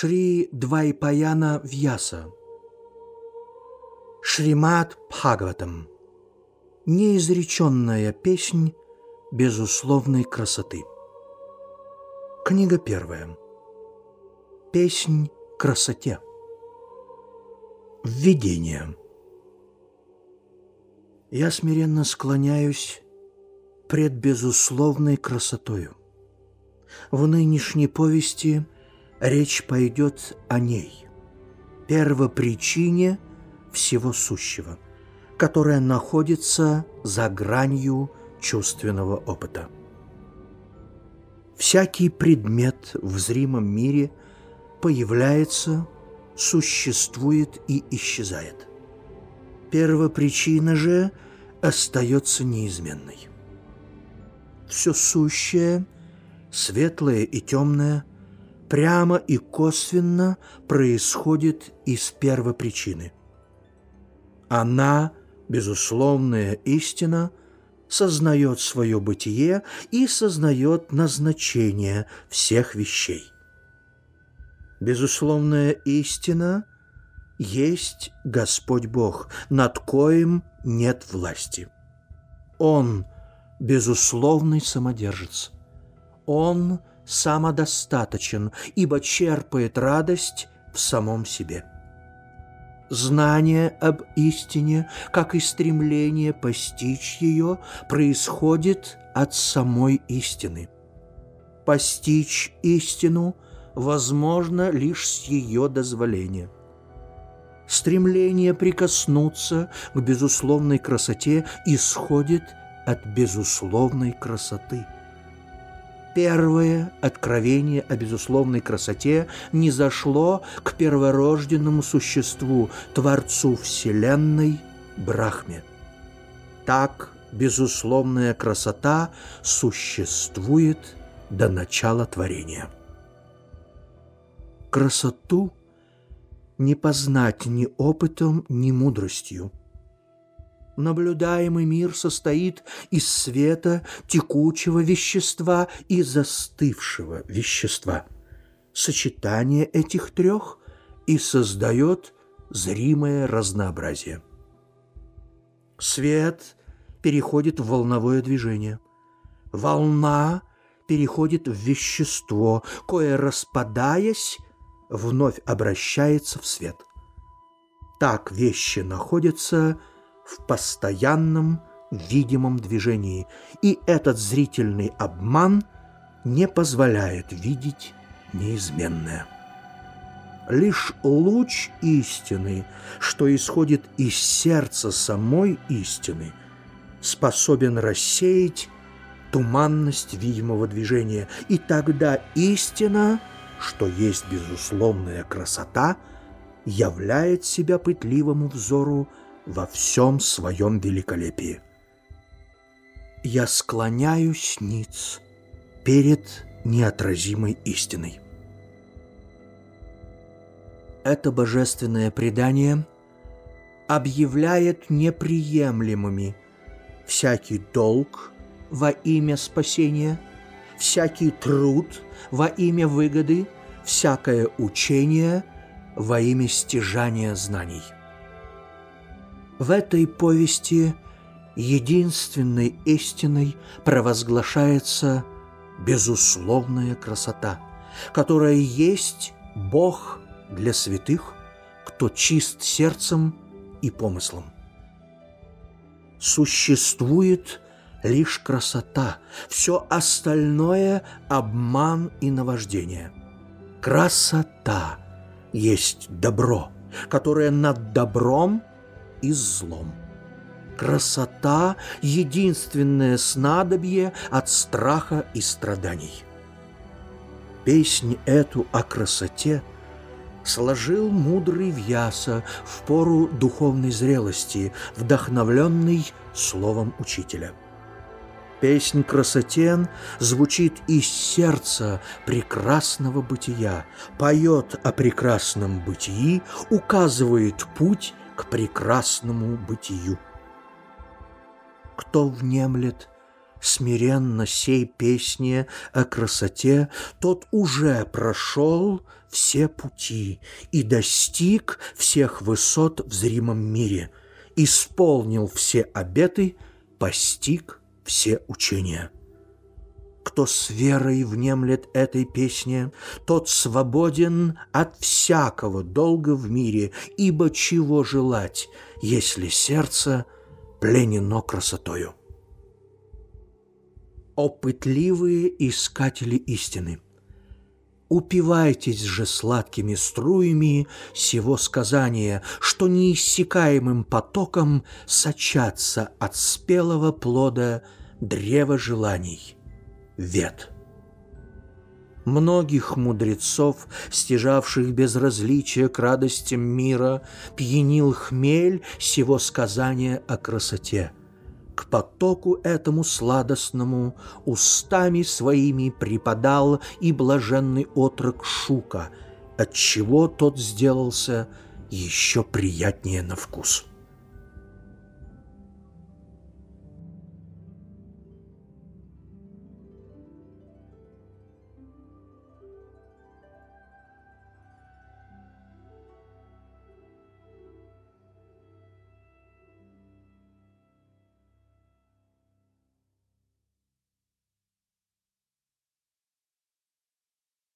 Шри Двайпаяна Вьяса. Шримад Бхагаватам. Неизреченная песнь безусловной красоты. Книга первая. Песнь красоте. Введение. Я смиренно склоняюсь пред безусловной красотою. В нынешней повести речь пойдет о ней, первопричине всего сущего, которая находится за гранью чувственного опыта. Всякий предмет в зримом мире появляется, существует и исчезает. Первопричина же остается неизменной. Все сущее, светлое и темное, прямо и косвенно происходит из первопричины. Она, безусловная истина, сознает свое бытие и сознает назначение всех вещей. Безусловная истина есть Господь Бог, над коим нет власти. Он – безусловный самодержец. Он самодостаточен, ибо черпает радость в самом себе. Знание об истине, как и стремление постичь ее, происходит от самой истины. Постичь истину возможно лишь с ее дозволения. Стремление прикоснуться к безусловной красоте исходит от безусловной красоты. Первое откровение о безусловной красоте низошло к перворожденному существу, Творцу Вселенной, Брахме. Так безусловная красота существует до начала творения. Красоту не познать ни опытом, ни мудростью. Наблюдаемый мир состоит из света, текучего вещества и застывшего вещества. Сочетание этих трех и создает зримое разнообразие. Свет переходит в волновое движение. Волна переходит в вещество, кое, распадаясь, вновь обращается в свет. Так вещи находятся в постоянном видимом движении, и этот зрительный обман не позволяет видеть неизменное. Лишь луч истины, что исходит из сердца самой истины, способен рассеять туманность видимого движения, и тогда истина, что есть безусловная красота, являет себя пытливому взору во всем своем великолепии. Я склоняюсь ниц перед неотразимой истиной. Это божественное предание объявляет неприемлемыми всякий долг во имя спасения, всякий труд во имя выгоды, всякое учение во имя стяжания знаний. В этой повести единственной истиной провозглашается безусловная красота, которая есть Бог для святых, кто чист сердцем и помыслом. Существует лишь красота, все остальное – обман и наваждение. Красота есть добро, которое над добром и злом. Красота – единственное снадобье от страха и страданий. Песнь эту о красоте сложил мудрый Вьяса в пору духовной зрелости, вдохновленный словом учителя. Песнь красоте звучит из сердца прекрасного бытия, поет о прекрасном бытии, указывает путь к прекрасному бытию. Кто внемлет смиренно сей песне о красоте, тот уже прошел все пути и достиг всех высот в зримом мире, исполнил все обеты, постиг все учения. Кто с верой внемлет этой песне, тот свободен от всякого долга в мире, ибо чего желать, если сердце пленено красотою? О пытливые искатели истины! Упивайтесь же сладкими струями сего сказания, что неиссякаемым потоком сочатся от спелого плода древа желаний — вет. Многих мудрецов, стяжавших безразличие к радостям мира, пьянил хмель сего сказания о красоте. К потоку этому сладостному устами своими припадал и блаженный отрок Шука, отчего тот сделался еще приятнее на вкус.